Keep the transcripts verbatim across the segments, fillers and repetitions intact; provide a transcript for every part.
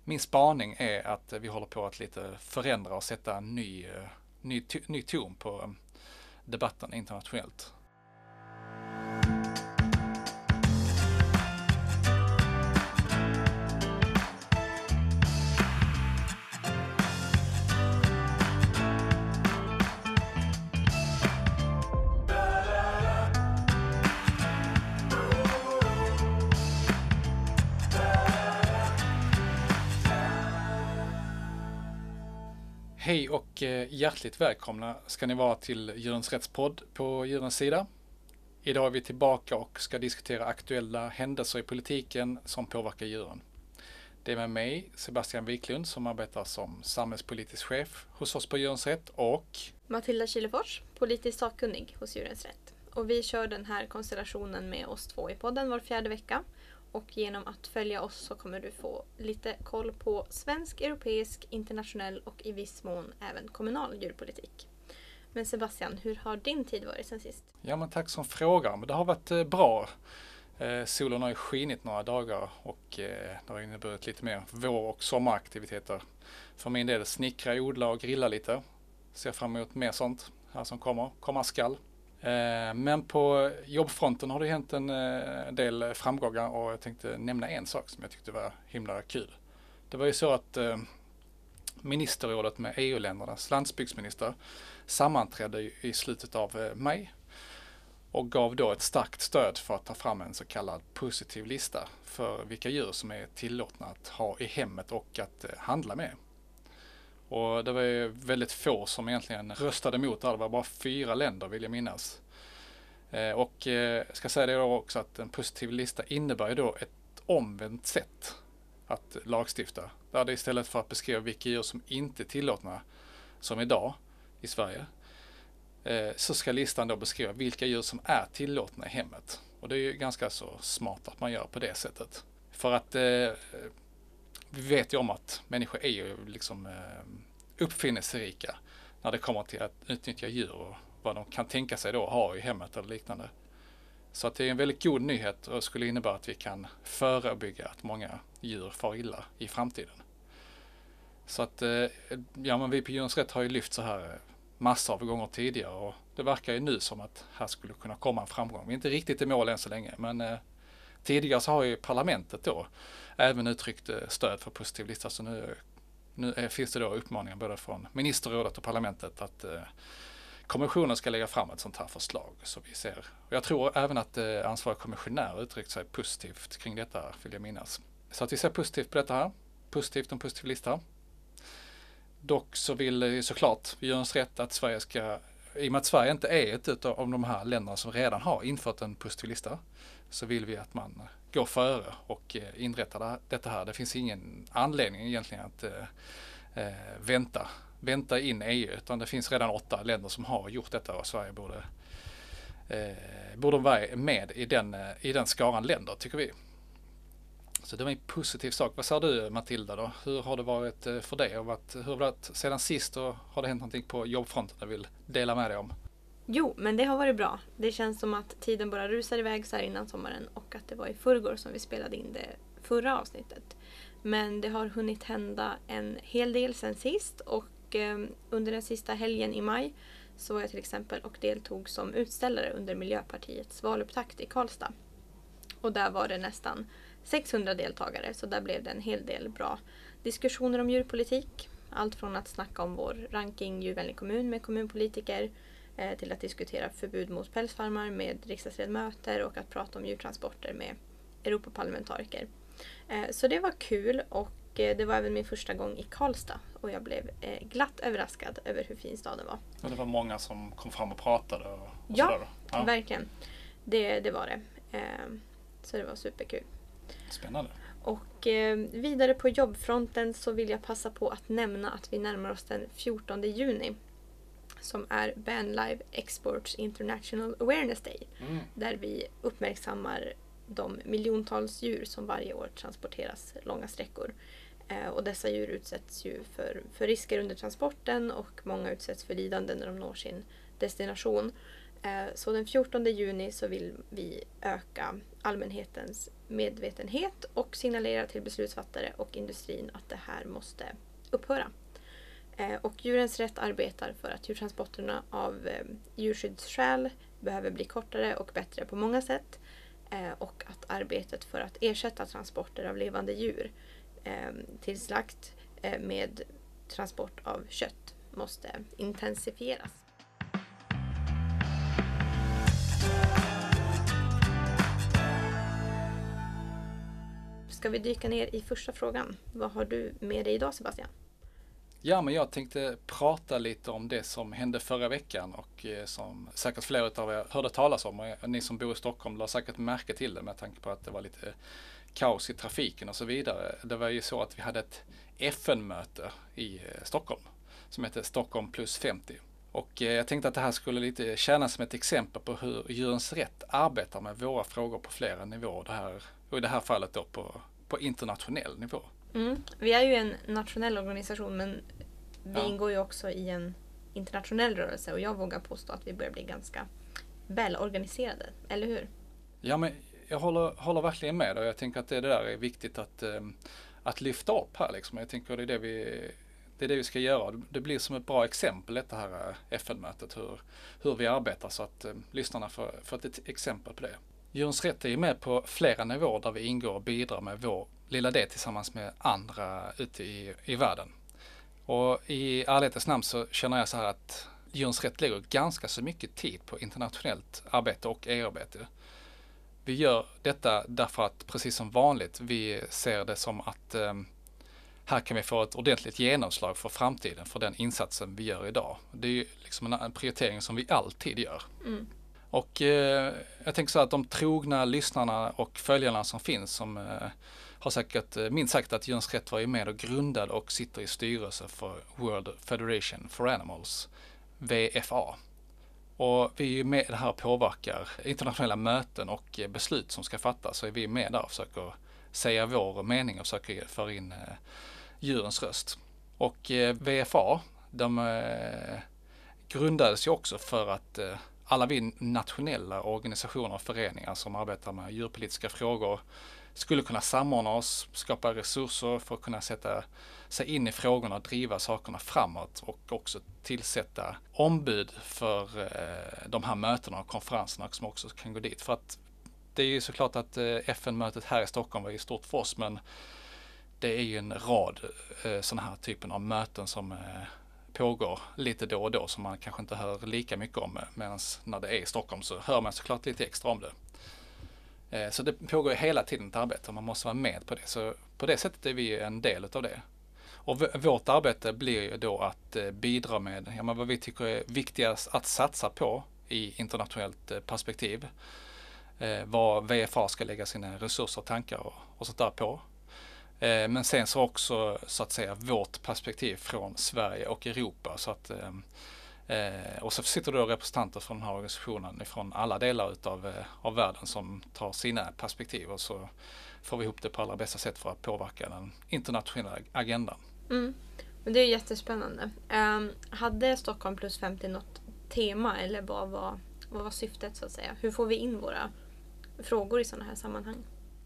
min spaning är att vi håller på att lite förändra och sätta en ny, ny, ny ton på debatten internationellt. Hej och hjärtligt välkomna ska ni vara till Djurens Rättspodd på Djurens sida. Idag är vi tillbaka och ska diskutera aktuella händelser i politiken som påverkar djuren. Det är med mig, Sebastian Wiklund, som arbetar som samhällspolitisk chef hos oss på Djurens Rätt, och Matilda Kilefors, politisk sakkunnig hos Djurens Rätt. Och vi kör den här konstellationen med oss två i podden var fjärde vecka. Och genom att följa oss så kommer du få lite koll på svensk, europeisk, internationell och i viss mån även kommunal djurpolitik. Men Sebastian, hur har din tid varit sen sist? Ja, men tack som frågar. Men det har varit eh, bra. Eh, solen har ju skinit några dagar och eh, det har inneburit lite mer vår- och sommaraktiviteter. För min del snickra, odla och grilla lite. Ser fram emot mer sånt här som kommer, komma skall. Men på jobbfronten har det hänt en del framgångar och jag tänkte nämna en sak som jag tyckte var himla kul. Det var ju så att ministerrådet med E U-ländernas landsbygdsminister sammanträdde i slutet av maj och gav då ett starkt stöd för att ta fram en så kallad positiv lista för vilka djur som är tillåtna att ha i hemmet och att handla med. Och det var ju väldigt få som egentligen röstade emot det. Det var bara fyra länder, vill jag minnas. Eh, och eh, ska säga det då också att en positiv lista innebär ju då ett omvänt sätt att lagstifta. Där det istället för att beskriva vilka djur som inte är tillåtna, som idag i Sverige, eh, så ska listan då beskriva vilka djur som är tillåtna i hemmet. Och det är ju ganska så smart att man gör på det sättet. För att eh, vi vet ju om att människor är ju liksom eh, uppfinningsrika när det kommer till att utnyttja djur och vad de kan tänka sig då ha i hemmet eller liknande. Så att det är en väldigt god nyhet och skulle innebära att vi kan förebygga att många djur far illa i framtiden. Så att eh, ja, men vi på Djurens Rätt har ju lyft så här massor av gånger tidigare och det verkar ju nu som att här skulle kunna komma en framgång. Vi är inte riktigt i mål än så länge, men eh, tidigare så har ju parlamentet då även uttryckt stöd för positiv lista, så nu, nu är, finns det då uppmaningar både från ministerrådet och parlamentet att eh, kommissionen ska lägga fram ett sånt här förslag. Så vi ser. Och jag tror även att eh, ansvarig kommissionär uttryckt sig positivt kring detta, vill jag minnas. Så att vi ser positivt på detta här. Positivt om positiv lista. Dock så vill eh, såklart vi gör oss rätt att Sverige ska, i och med att Sverige inte är ett av de här länderna som redan har infört en positiv lista, så vill vi att man går före och inrättar detta här. Det finns ingen anledning egentligen att eh, vänta, vänta in E U, utan det finns redan åtta länder som har gjort detta och Sverige borde, eh, borde vara med i den, i den skaran länder, tycker vi. Så det var en positiv sak. Vad säger du, Matilda då? Hur har det varit för dig? Och varit, hur har det varit sedan sist och har det hänt någonting på jobbfronten du vill dela med dig om? Jo, men det har varit bra. Det känns som att tiden bara rusar iväg så här innan sommaren och att det var i förrgår som vi spelade in det förra avsnittet. Men det har hunnit hända en hel del sen sist och eh, under den sista helgen i maj så var jag till exempel och deltog som utställare under Miljöpartiets valupptakt i Karlstad. Och där var det nästan sexhundra deltagare, så där blev det en hel del bra diskussioner om djurpolitik. Allt från att snacka om vår ranking djurvänlig kommun med kommunpolitiker till att diskutera förbud mot pälsfarmar med riksdagsledamöter och att prata om djurtransporter med Europaparlamentariker. Så det var kul och det var även min första gång i Karlstad och jag blev glatt överraskad över hur fin staden var. Och det var många som kom fram och pratade och, och ja, sådär. Ja, verkligen. Det, det var det. Så det var superkul. Spännande. Och eh, vidare på jobbfronten så vill jag passa på att nämna att vi närmar oss den fjortonde juni som är Vanlife Exports International Awareness Day. Mm. Där vi uppmärksammar de miljontals djur som varje år transporteras långa sträckor. Eh, och dessa djur utsätts ju för, för risker under transporten och många utsätts för lidande när de når sin destination. Så den fjortonde juni så vill vi öka allmänhetens medvetenhet och signalera till beslutsfattare och industrin att det här måste upphöra. Och Djurens Rätt arbetar för att djurtransporterna av djurskyddsskäl behöver bli kortare och bättre på många sätt. Och att arbetet för att ersätta transporter av levande djur till slakt med transport av kött måste intensifieras. Ska vi dyka ner i första frågan? Vad har du med dig idag, Sebastian? Ja, men jag tänkte prata lite om det som hände förra veckan och eh, som säkert flera av er hörde talas om. Och ni som bor i Stockholm la säkert märke till det med tanke på att det var lite kaos i trafiken och så vidare. Det var ju så att vi hade ett F N-möte i eh, Stockholm som heter Stockholm plus femtio. Och eh, jag tänkte att det här skulle lite tjäna som ett exempel på hur Djurens Rätt arbetar med våra frågor på flera nivåer. Det här, och i det här fallet då på, på internationell nivå. Mm. Vi är ju en nationell organisation, men vi ja. ingår ju också i en internationell rörelse och jag vågar påstå att vi börjar bli ganska välorganiserade, eller hur? Ja, men jag håller, håller verkligen med och jag tänker att det där är viktigt att, att lyfta upp här liksom. Jag tänker att det är det vi, det är det vi ska göra. Det blir som ett bra exempel detta här F N-mötet, hur, hur vi arbetar så att um, lyssnarna får, får ett exempel på det. Djurens Rätt är ju med på flera nivåer där vi ingår och bidrar med vår lilla del tillsammans med andra ute i, i världen. Och i ärlighetens namn så känner jag så här att Djurens Rätt lägger ganska så mycket tid på internationellt arbete och E U-arbete. Vi gör detta därför att precis som vanligt vi ser det som att eh, här kan vi få ett ordentligt genomslag för framtiden för den insatsen vi gör idag. Det är ju liksom en, en prioritering som vi alltid gör. Mm. Och eh, jag tänker så att de trogna lyssnarna och följarna som finns som eh, har säkert, minst sagt att Djurens Rätt var ju med och grundad och sitter i styrelse för World Federation for Animals, W F A. Och vi är ju med det här påverkar internationella möten och beslut som ska fattas, så är vi med där och försöker säga vår mening och försöker föra in eh, djurens röst. Och eh, W F A, de eh, grundades ju också för att eh, alla vi nationella organisationer och föreningar som arbetar med djurpolitiska frågor skulle kunna samordna oss, skapa resurser för att kunna sätta sig in i frågorna och driva sakerna framåt och också tillsätta ombud för eh, de här mötena och konferenserna som också kan gå dit. För att det är ju såklart att eh, F N-mötet här i Stockholm var ju stort för oss, men det är ju en rad eh, sådana här typen av möten som eh, pågår lite då och då som man kanske inte hör lika mycket om, medan när det är i Stockholm så hör man såklart lite extra om det. Så det pågår hela tiden ett arbete och man måste vara med på det. Så på det sättet är vi en del av det. Och v- vårt arbete blir ju då att eh, bidra med ja, men vad vi tycker är viktigast att satsa på i internationellt eh, perspektiv. Eh, vad W F A ska lägga sina resurser, tankar och, och sånt där på. Eh, men sen så också så att säga vårt perspektiv från Sverige och Europa. Så att eh, Eh, och så sitter då representanter från den här organisationen från alla delar utav, eh, av världen som tar sina perspektiv och så får vi ihop det på allra bästa sätt för att påverka den internationella agendan. Mm. Och det är jättespännande. Um, hade Stockholm plus femtio något tema eller vad var, vad var syftet så att säga? Hur får vi in våra frågor i sådana här sammanhang?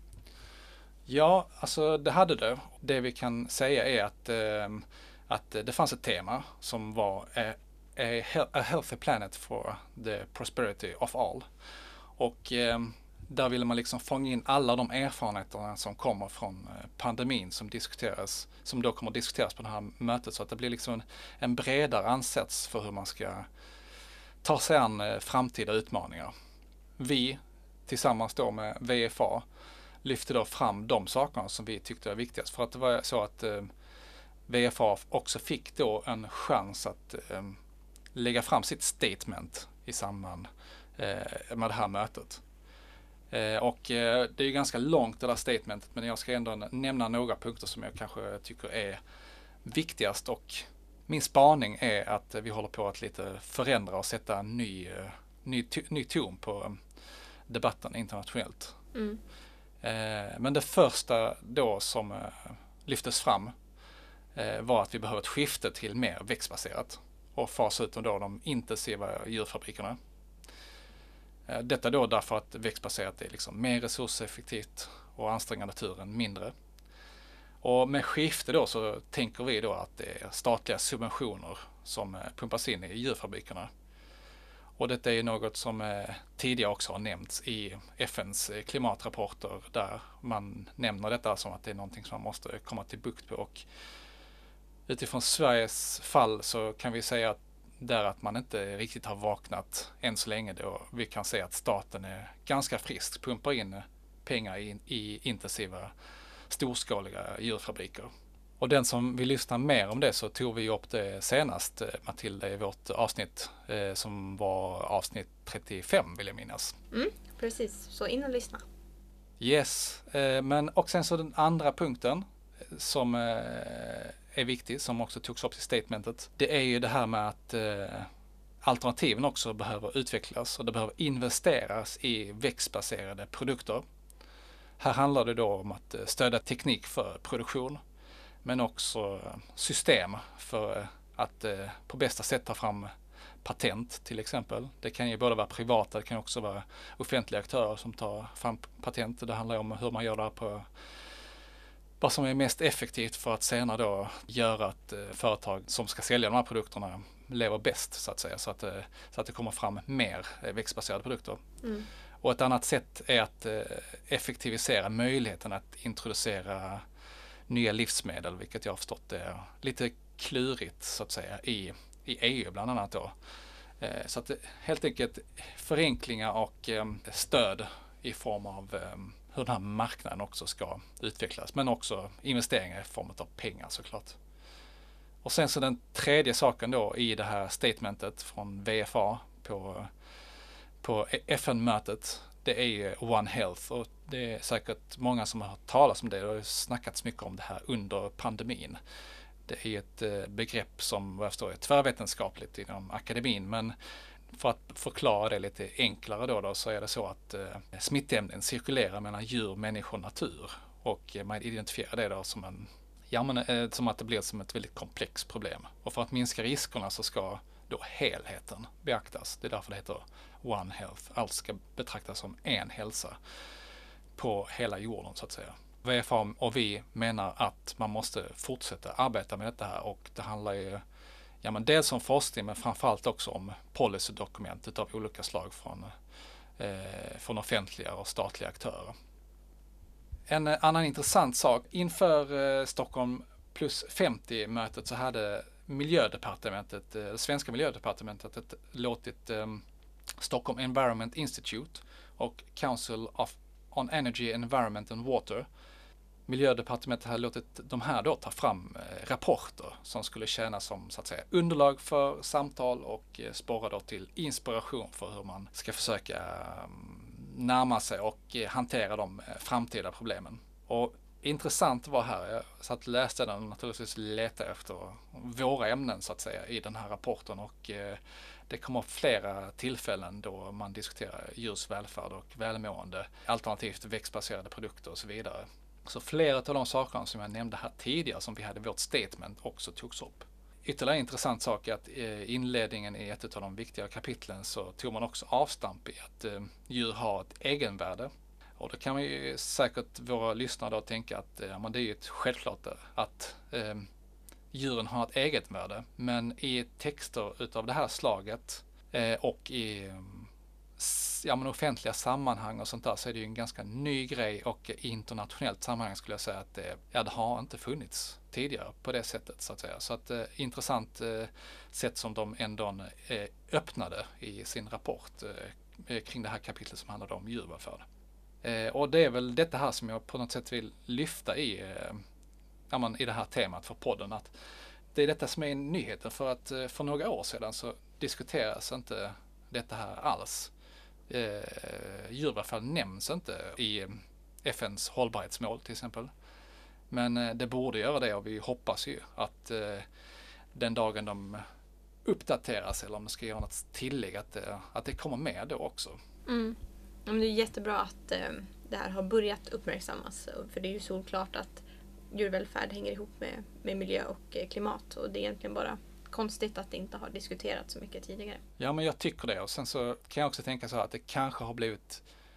Ja, alltså det hade det. Det vi kan säga är att, eh, att det fanns ett tema som var eh, A healthy planet for the prosperity of all. Och eh, där ville man liksom fånga in alla de erfarenheterna som kommer från eh, pandemin som diskuteras, som då kommer att diskuteras på det här mötet, så att det blir liksom en, en bredare ansats för hur man ska ta sig an eh, framtida utmaningar. Vi tillsammans då med W F A lyfte då fram de sakerna som vi tyckte var viktigast, för att det var så att eh, W F A också fick då en chans att eh, lägga fram sitt statement i samband eh, med det här mötet. Eh, och eh, det är ju ganska långt det där statementet, men jag ska ändå nämna några punkter som jag kanske tycker är viktigast, och min spaning är att vi håller på att lite förändra och sätta en ny, eh, ny, ny ton på eh, debatten internationellt. Mm. Eh, men det första då som eh, lyftes fram eh, var att vi behöver ett skifte till mer växtbaserat och fasa ut då de intensiva djurfabrikerna. Detta då därför att växtbaserat är liksom mer resurseffektivt och anstränga naturen mindre. Och med skifte då så tänker vi då att det är statliga subventioner som pumpas in i djurfabrikerna. Och detta är något som tidigare också har nämnts i F N:s klimatrapporter där man nämner detta som att det är någonting som man måste komma till bukt på. Och utifrån Sveriges fall så kan vi säga att där att man inte riktigt har vaknat än så länge då vi kan se att staten är ganska frisk, pumpar in pengar i, i intensiva storskaliga djurfabriker. Och den som vill lyssna mer om det så tog vi upp det senast, Matilda, i vårt avsnitt eh, som var avsnitt trettiofem vill jag minnas. Mm, precis, så in och lyssna. Yes, eh, men och sen så den andra punkten som eh, är viktig, som också togs upp i statementet, det är ju det här med att eh, alternativen också behöver utvecklas och det behöver investeras i växtbaserade produkter. Här handlar det då om att stödja teknik för produktion men också system för att eh, på bästa sätt ta fram patent till exempel. Det kan ju både vara privata, det kan också vara offentliga aktörer som tar fram patent. Det handlar om hur man gör det här på vad som är mest effektivt för att senare då göra att eh, företag som ska sälja de här produkterna lever bäst så att säga. Så att, eh, så att det kommer fram mer eh, växtbaserade produkter. Mm. Och ett annat sätt är att eh, effektivisera möjligheten att introducera nya livsmedel, vilket jag har förstått är lite klurigt så att säga i, i E U bland annat då. Eh, så att helt enkelt förenklingar och eh, stöd i form av eh, hur den här marknaden också ska utvecklas, men också investeringar i form av pengar såklart. Och sen så den tredje saken då i det här statementet från V F A på, på F N-mötet, det är ju One Health och det är säkert många som har hört talas om det och det har snackats mycket om det här under pandemin. Det är ett begrepp som vad jag förstår är tvärvetenskapligt inom akademin, men för att förklara det lite enklare då, då så är det så att eh, smittämnen cirkulerar mellan djur, människor och natur och eh, man identifierar det då som, en, ja, men, eh, som att det blir som ett väldigt komplext problem. Och för att minska riskerna så ska då helheten beaktas. Det är därför det heter One Health. Allt ska betraktas som en hälsa på hela jorden så att säga. V F A och vi menar att man måste fortsätta arbeta med detta här och det handlar ju ja, men dels om forskning men framförallt också om policydokument av olika slag från, eh, från offentliga och statliga aktörer. En eh, annan intressant sak, inför eh, Stockholm plus femtio-mötet så hade miljödepartementet, eh, det svenska miljödepartementet ett, låtit eh, Stockholm Environment Institute och Council of, on Energy, Environment and Water. Miljödepartementet har låtit de här då ta fram eh, rapporter som skulle tjäna som så att säga underlag för samtal och eh, sporra då till inspiration för hur man ska försöka eh, närma sig och eh, hantera de eh, framtida problemen. Och intressant var här, jag satt och läste den och naturligtvis letade efter våra ämnen så att säga i den här rapporten och eh, det kommer flera tillfällen då man diskuterar djurs välfärd och välmående, alternativt växtbaserade produkter och så vidare. Så flera av de sakerna som jag nämnde här tidigare som vi hade i vårt statement också togs upp. Ytterligare en intressant sak är att i inledningen i ett av de viktiga kapitlen så tog man också avstamp i att eh, djur har ett egenvärde. Och då kan man ju säkert våra lyssnare då tänka att eh, men det är ju ett självklart att eh, djuren har ett eget värde. Men i texter utav det här slaget eh, och i ja, men offentliga sammanhang och sånt där så är det ju en ganska ny grej och i internationellt sammanhang skulle jag säga att det, ja, det har inte funnits tidigare på det sättet så att säga. Så att eh, intressant eh, sätt som de ändå eh, öppnade i sin rapport eh, kring det här kapitlet som handlade om djurvälfärd. Eh, och det är väl detta här som jag på något sätt vill lyfta i, eh, ja, man, i det här temat för podden, att det är detta som är nyheten för att eh, för några år sedan så diskuteras inte detta här alls. Eh, djurvälfärd nämns inte i F N:s hållbarhetsmål till exempel. Men eh, det borde göra det och vi hoppas ju att eh, den dagen de uppdateras eller om de ska göra något tillägg att, eh, att det kommer med då också. Mm. Ja, men det är jättebra att eh, det här har börjat uppmärksammas för det är ju solklart att djurvälfärd hänger ihop med, med miljö och eh, klimat och det är egentligen bara konstigt att det inte har diskuterats så mycket tidigare. Ja, men jag tycker det och sen så kan jag också tänka så här att det kanske har blivit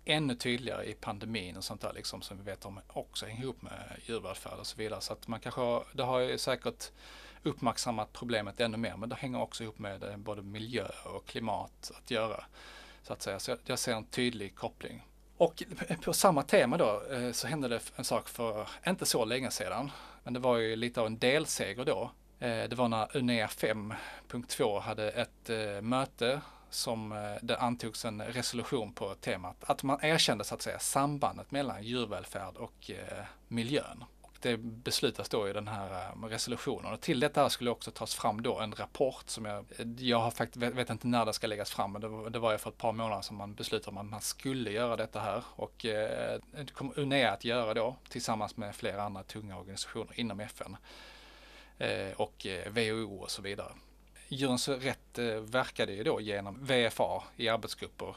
ännu tydligare i pandemin och sånt där liksom, som vi vet om också hänger ihop med djurvälfärd och så vidare. Så att man kanske har, det har ju säkert uppmärksammat problemet ännu mer, men det hänger också ihop med både miljö och klimat att göra. Så att säga. Så jag, jag ser en tydlig koppling. Och på samma tema då så hände det en sak för inte så länge sedan, men det var ju lite av en delseger då. Det var när UNEA fem punkt två hade ett möte som det antogs en resolution på temat att man erkände så att säga sambandet mellan djurvälfärd och miljön. Det beslutas då i den här resolutionen, och till detta skulle också tas fram då en rapport som jag, jag har faktiskt, vet, vet inte när det ska läggas fram, men det var, det var ju för ett par månader som man beslutade om att man skulle göra detta här, och eh, det kommer UNEA att göra då tillsammans med flera andra tunga organisationer inom F N eh, och eh, W H O och så vidare. Djurens rätt eh, verkade ju då genom V F A i arbetsgrupper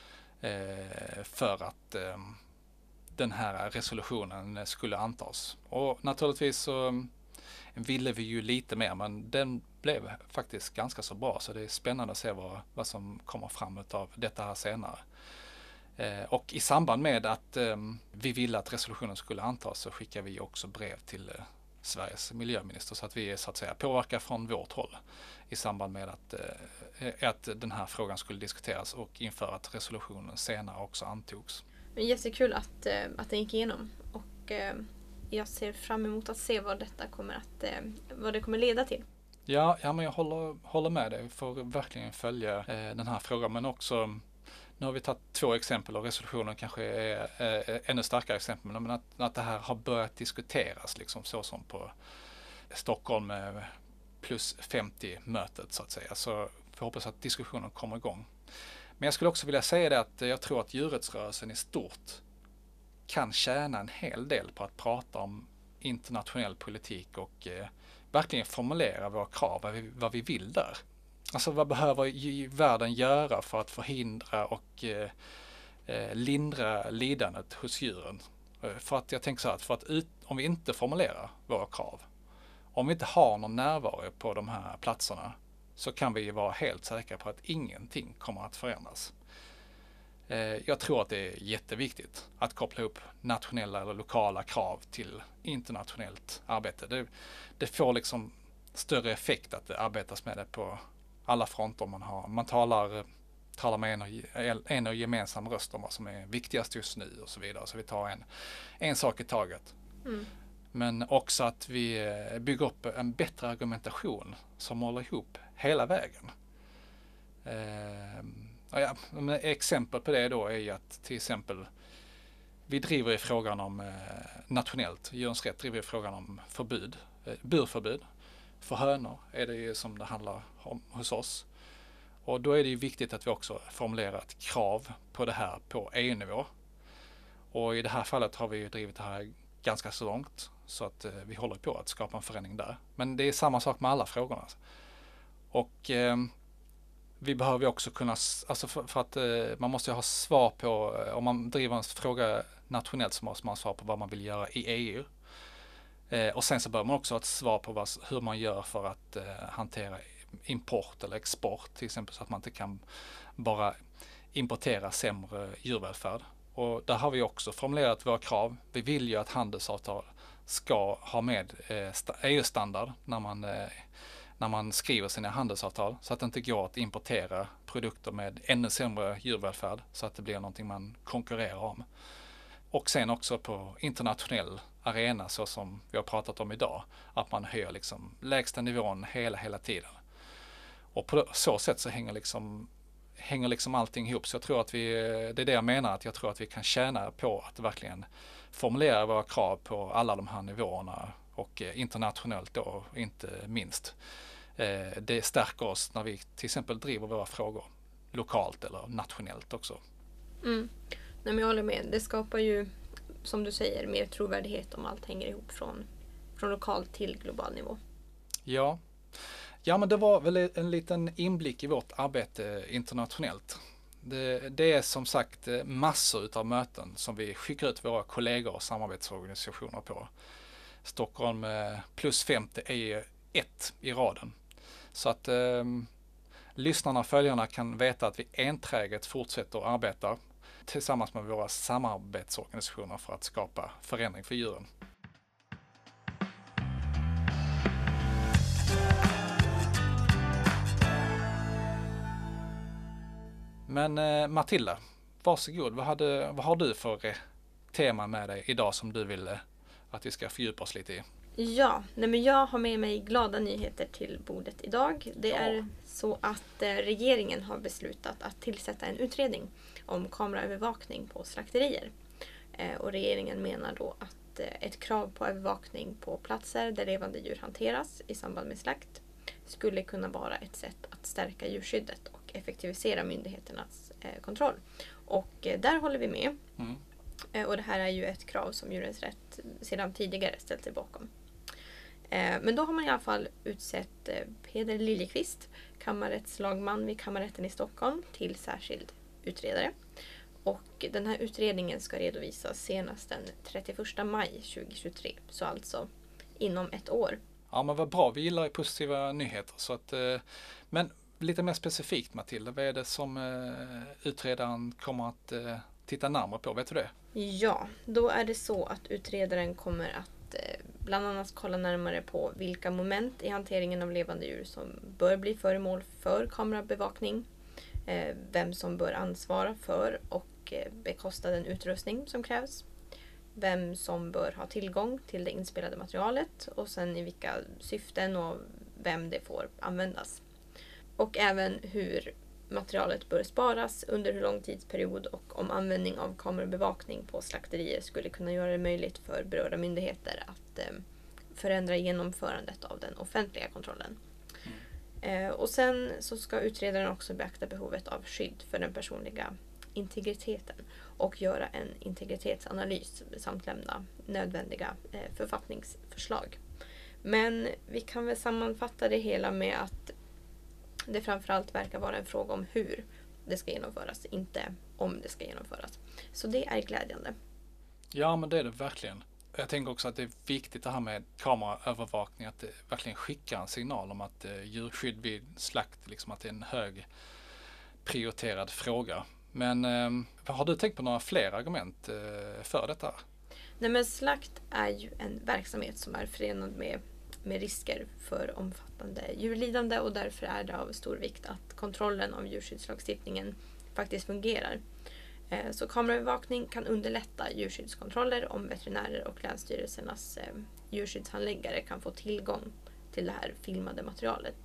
eh, för att eh, den här resolutionen skulle antas. Och naturligtvis så ville vi ju lite mer, men den blev faktiskt ganska så bra, så det är spännande att se vad, vad som kommer fram av detta här senare. Eh, och i samband med att eh, vi ville att resolutionen skulle antas så skickar vi också brev till eh, Sveriges miljöminister, så att vi så att säga påverkar från vårt håll i samband med att, eh, att den här frågan skulle diskuteras och inför att resolutionen senare också antogs. Men jättekul att, att den gick igenom, och jag ser fram emot att se vad detta kommer att, vad det kommer leda till. Ja, ja men jag håller, håller med dig. Vi får verkligen följa eh, den här frågan, men också nu har vi tagit två exempel och resolutionen kanske är eh, ännu starkare exempel, men att, att det här har börjat diskuteras liksom, så som på Stockholm med plus femtio-mötet så att säga. Så vi hoppas att diskussionen kommer igång. Men jag skulle också vilja säga det att jag tror att djurrättsrörelsen i stort kan tjäna en hel del på att prata om internationell politik och eh, verkligen formulera våra krav, vad vi, vad vi vill där. Alltså vad behöver världen göra för att förhindra och eh, lindra lidandet hos djuren? För att jag tänker så här, för att ut, om vi inte formulerar våra krav, om vi inte har någon närvaro på de här platserna, så kan vi vara helt säkra på att ingenting kommer att förändras. Jag tror att det är jätteviktigt att koppla upp nationella eller lokala krav till internationellt arbete. Det, det får liksom större effekt att det arbetas med det på alla fronter. Man, har, man talar, talar med en och, en och gemensam röst om vad som är viktigast just nu och så vidare. Så vi tar en, en sak i taget. Mm. Men också att vi bygger upp en bättre argumentation som håller ihop hela vägen. Eh, ja, exempel på det då är ju att till exempel vi driver i frågan om eh, nationellt, Djurens rätt driver i frågan om förbud, eh, burförbud. För hönor är det ju som det handlar om hos oss. Och då är det ju viktigt att vi också formulerar ett krav på det här på E U-nivå. Och i det här fallet har vi ju drivit det här ganska så långt, så att eh, vi håller på att skapa en förändring där. Men det är samma sak med alla frågorna. Och eh, vi behöver också kunna, alltså för, för att eh, man måste ha svar på, eh, om man driver en fråga nationellt så måste man ha svar på vad man vill göra i E U. Eh, och sen så bör man också ha ett svar på vad, hur man gör för att eh, hantera import eller export, till exempel, så att man inte kan bara importera sämre djurvälfärd. Och där har vi också formulerat våra krav. Vi vill ju att handelsavtal ska ha med eh, E U-standard när man, eh, när man skriver sina handelsavtal, så att det inte går att importera produkter med ännu sämre djurvälfärd, så att det blir någonting man konkurrerar om. Och sen också på internationell arena, så som vi har pratat om idag, att man höjer liksom lägsta nivån hela, hela tiden. Och på så sätt så hänger liksom hänger liksom allting ihop. Så jag tror att vi, det är det jag menar, att jag tror att vi kan tjäna på att verkligen formulera våra krav på alla de här nivåerna, och internationellt då inte minst. Det stärker oss när vi till exempel driver våra frågor lokalt eller nationellt också. Mm. Nej, men jag håller med. Det skapar ju, som du säger, mer trovärdighet om allt hänger ihop från, från lokal till global nivå. Ja. Ja, men det var väl en liten inblick i vårt arbete internationellt. Det, det är som sagt massor av möten som vi skickar ut våra kollegor och samarbetsorganisationer på. Stockholm plus femtio är ju ett i raden. Så att eh, lyssnarna och följarna kan veta att vi enträget fortsätter att arbeta. tillsammans med våra samarbetsorganisationer för att skapa förändring för djuren. Men eh, Matilda, varsågod. Vad, hade, vad har du för eh, tema med dig idag som du vill eh, att vi ska fördjupa oss lite i? Ja, nej men jag har med mig glada nyheter till bordet idag. Det Ja. är så att eh, regeringen har beslutat att tillsätta en utredning om kameraövervakning på slakterier. Eh, och regeringen menar då att eh, ett krav på övervakning på platser där levande djur hanteras i samband med slakt skulle kunna vara ett sätt att stärka djurskyddet och effektivisera myndigheternas eh, kontroll. Och eh, där håller vi med. Mm. Eh, och det här är ju ett krav som Djurens Rätt sedan tidigare ställt sig bakom. Eh, men då har man i alla fall utsett eh, Peder Liljeqvist, kammarrättslagman vid kammarrätten i Stockholm, till särskild utredare. Och den här utredningen ska redovisas senast den trettioförsta maj tjugohundratjugotre, så alltså inom ett år. Ja, men vad bra. Vi gillar ju positiva nyheter. Så att, eh, men lite mer specifikt, Matilda, vad är det som eh, utredaren kommer att eh, titta närmare på? Vet du det? Ja, då är det så att utredaren kommer att eh, bland annat kolla närmare på vilka moment i hanteringen av levande djur som bör bli föremål för kamerabevakning, eh, vem som bör ansvara för och eh, bekosta den utrustning som krävs, vem som bör ha tillgång till det inspelade materialet och sen i vilka syften och vem det får användas. Och även hur materialet bör sparas, under hur lång tidsperiod och om användning av kamerabevakning på slakterier skulle kunna göra det möjligt för berörda myndigheter att eh, förändra genomförandet av den offentliga kontrollen. Mm. Eh, och sen så ska utredaren också beakta behovet av skydd för den personliga integriteten och göra en integritetsanalys samt lämna nödvändiga eh, författningsförslag. Men vi kan väl sammanfatta det hela med att det framförallt verkar vara en fråga om hur det ska genomföras, inte om det ska genomföras. Så det är glädjande. Ja, men det är det verkligen. Jag tänker också att det är viktigt det här med kameraövervakning, att det verkligen skickar en signal om att eh, djurskydd vid slakt, liksom att det är en hög prioriterad fråga. Men eh, har du tänkt på några fler argument eh, för detta? Nej, men slakt är ju en verksamhet som är förenad med med risker för omfattande djurlidande och därför är det av stor vikt att kontrollen av djurskyddslagstiftningen faktiskt fungerar. Så kameraövervakning kan underlätta djurskyddskontroller om veterinärer och länsstyrelsernas djurskyddshandläggare kan få tillgång till det här filmade materialet.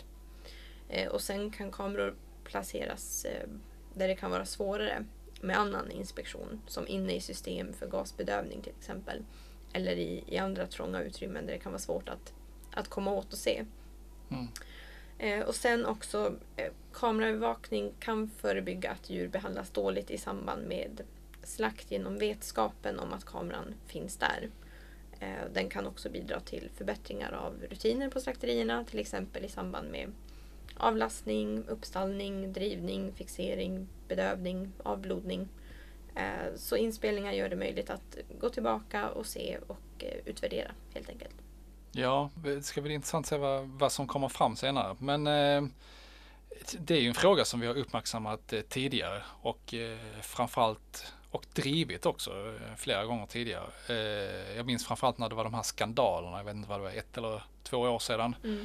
Och sen kan kameror placeras där det kan vara svårare med annan inspektion, som inne i system för gasbedövning till exempel, eller i, i andra trånga utrymmen där det kan vara svårt att att komma åt och se. Mm. Eh, och sen också eh, kameraövervakning kan förebygga att djur behandlas dåligt i samband med slakt genom vetskapen om att kameran finns där. Eh, den kan också bidra till förbättringar av rutiner på slakterierna, till exempel i samband med avlastning, uppstallning, drivning, fixering, bedövning, avblodning. Eh, så inspelningar gör det möjligt att gå tillbaka och se och eh, utvärdera helt enkelt. Ja, det ska bli intressant att se vad, vad som kommer fram senare. Men eh, det är ju en fråga som vi har uppmärksammat eh, tidigare och eh, framförallt och drivit också eh, flera gånger tidigare. Eh, jag minns framförallt när det var de här skandalerna, jag vet inte vad det var, ett eller två år sedan. Mm.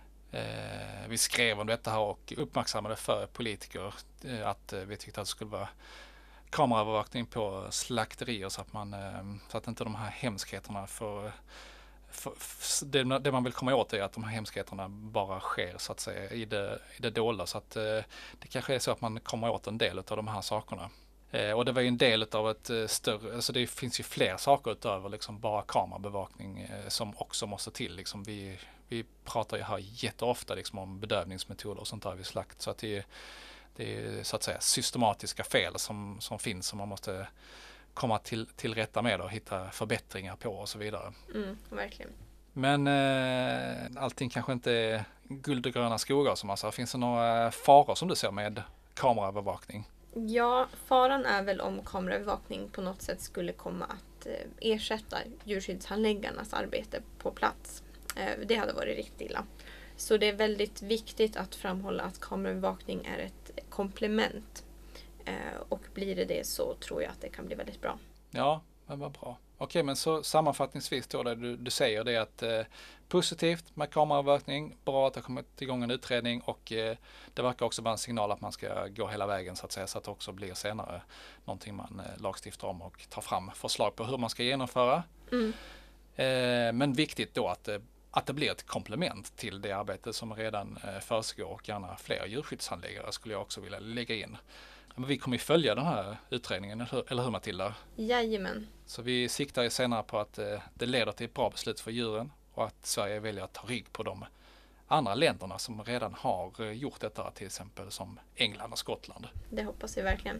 Eh, vi skrev om detta här och uppmärksammade för politiker eh, att eh, vi tyckte att det skulle vara kameraövervakning på slakterier så att, man, eh, så att inte de här hemskheterna får För, för det, det man vill komma åt är att de här hemskheterna bara sker så att säga i det, i det dolda, så att eh, det kanske är så att man kommer åt en del av de här sakerna. Eh, och det var ju en del av ett eh, större, alltså det finns ju fler saker utöver liksom bara kamerabevakning eh, som också måste till. Liksom vi, vi pratar ju här jätteofta liksom om bedövningsmetoder och sånt där vid slakt, så att det, det är så att säga systematiska fel som, som finns som man måste komma till, till rätta med och hitta förbättringar på och så vidare. Mm, verkligen. Men eh, allting kanske inte är guld och gröna skogar som man säger. Finns det några faror som du ser med kameraövervakning? Ja, faran är väl om kameraövervakning på något sätt skulle komma att eh, ersätta djurskyddshandläggarnas arbete på plats. Eh, det hade varit riktigt illa. Så det är väldigt viktigt att framhålla att kameraövervakning är ett komplement Eh, och blir det det så tror jag att det kan bli väldigt bra. Ja, men vad bra. Okej, men så sammanfattningsvis då, det du, du säger det att eh, positivt med kameraövervakning, bra att det har kommit igång en utredning och eh, det verkar också vara en signal att man ska gå hela vägen så att säga, så att det också blir senare någonting man eh, lagstiftar om och tar fram förslag på hur man ska genomföra. Mm. Eh, men viktigt då att, att det blir ett komplement till det arbete som redan eh, försiggår och gärna fler djurskyddshandläggare skulle jag också vilja lägga in. Men vi kommer ju följa den här utredningen, eller hur, eller hur Matilda? Jajamän. Så vi siktar ju senare på att eh, det leder till ett bra beslut för djuren och att Sverige väljer att ta rygg på de andra länderna som redan har eh, gjort detta, till exempel som England och Skottland. Det hoppas vi verkligen.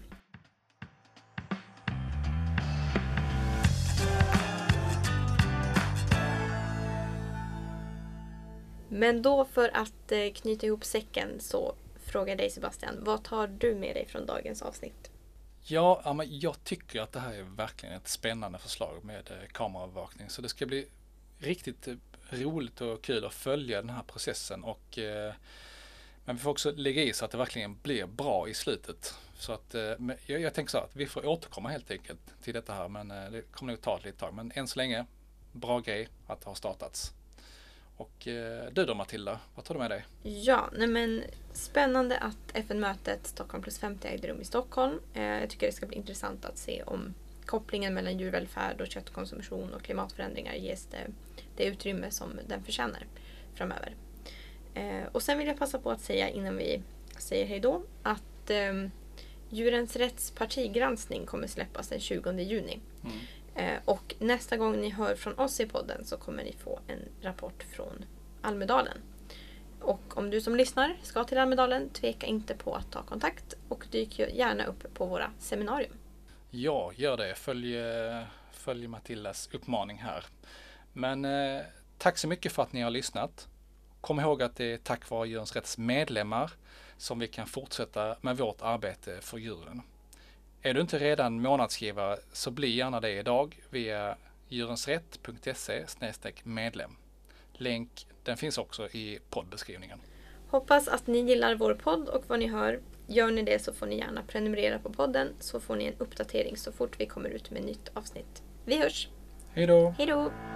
Men då för att eh, knyta ihop säcken så frågar jag dig Sebastian, vad tar du med dig från dagens avsnitt? Ja, ja men jag tycker att det här är verkligen ett spännande förslag med eh, kameraövervakning. Så det ska bli riktigt eh, roligt och kul att följa den här processen. Och, eh, men vi får också lägga i så att det verkligen blir bra i slutet. Så att, eh, jag, jag tänker så att vi får återkomma helt enkelt till detta här. Men eh, det kommer nog ta ett litet tag. Men än så länge, bra grej att det har startats. Och eh, du då Matilda, vad tar du med dig? Ja, nej men spännande att F N-mötet Stockholm plus femtio ägde rum i Stockholm. Eh, jag tycker det ska bli intressant att se om kopplingen mellan djurvälfärd och köttkonsumtion och klimatförändringar ges det, det utrymme som den förtjänar framöver. Eh, och sen vill jag passa på att säga innan vi säger hej då att eh, Djurens Rätts partigranskning kommer släppas den tjugonde juni. Mm. Eh, och nästa gång ni hör från oss i podden så kommer ni få en rapport från Almedalen. Och om du som lyssnar ska till Almedalen, tveka inte på att ta kontakt och dyk gärna upp på våra seminarium. Ja, gör det. Följ, följ Matildas uppmaning här. Men eh, tack så mycket för att ni har lyssnat. Kom ihåg att det är tack vare Djurens Rätts medlemmar som vi kan fortsätta med vårt arbete för djuren. Är du inte redan månadsgivare så bli gärna det idag via djurensrätt punkt se slash medlem. Länk den finns också i poddbeskrivningen. Hoppas att ni gillar vår podd och vad ni hör. Gör ni det så får ni gärna prenumerera på podden så får ni en uppdatering så fort vi kommer ut med nytt avsnitt. Vi hörs! Hej då! Hej då!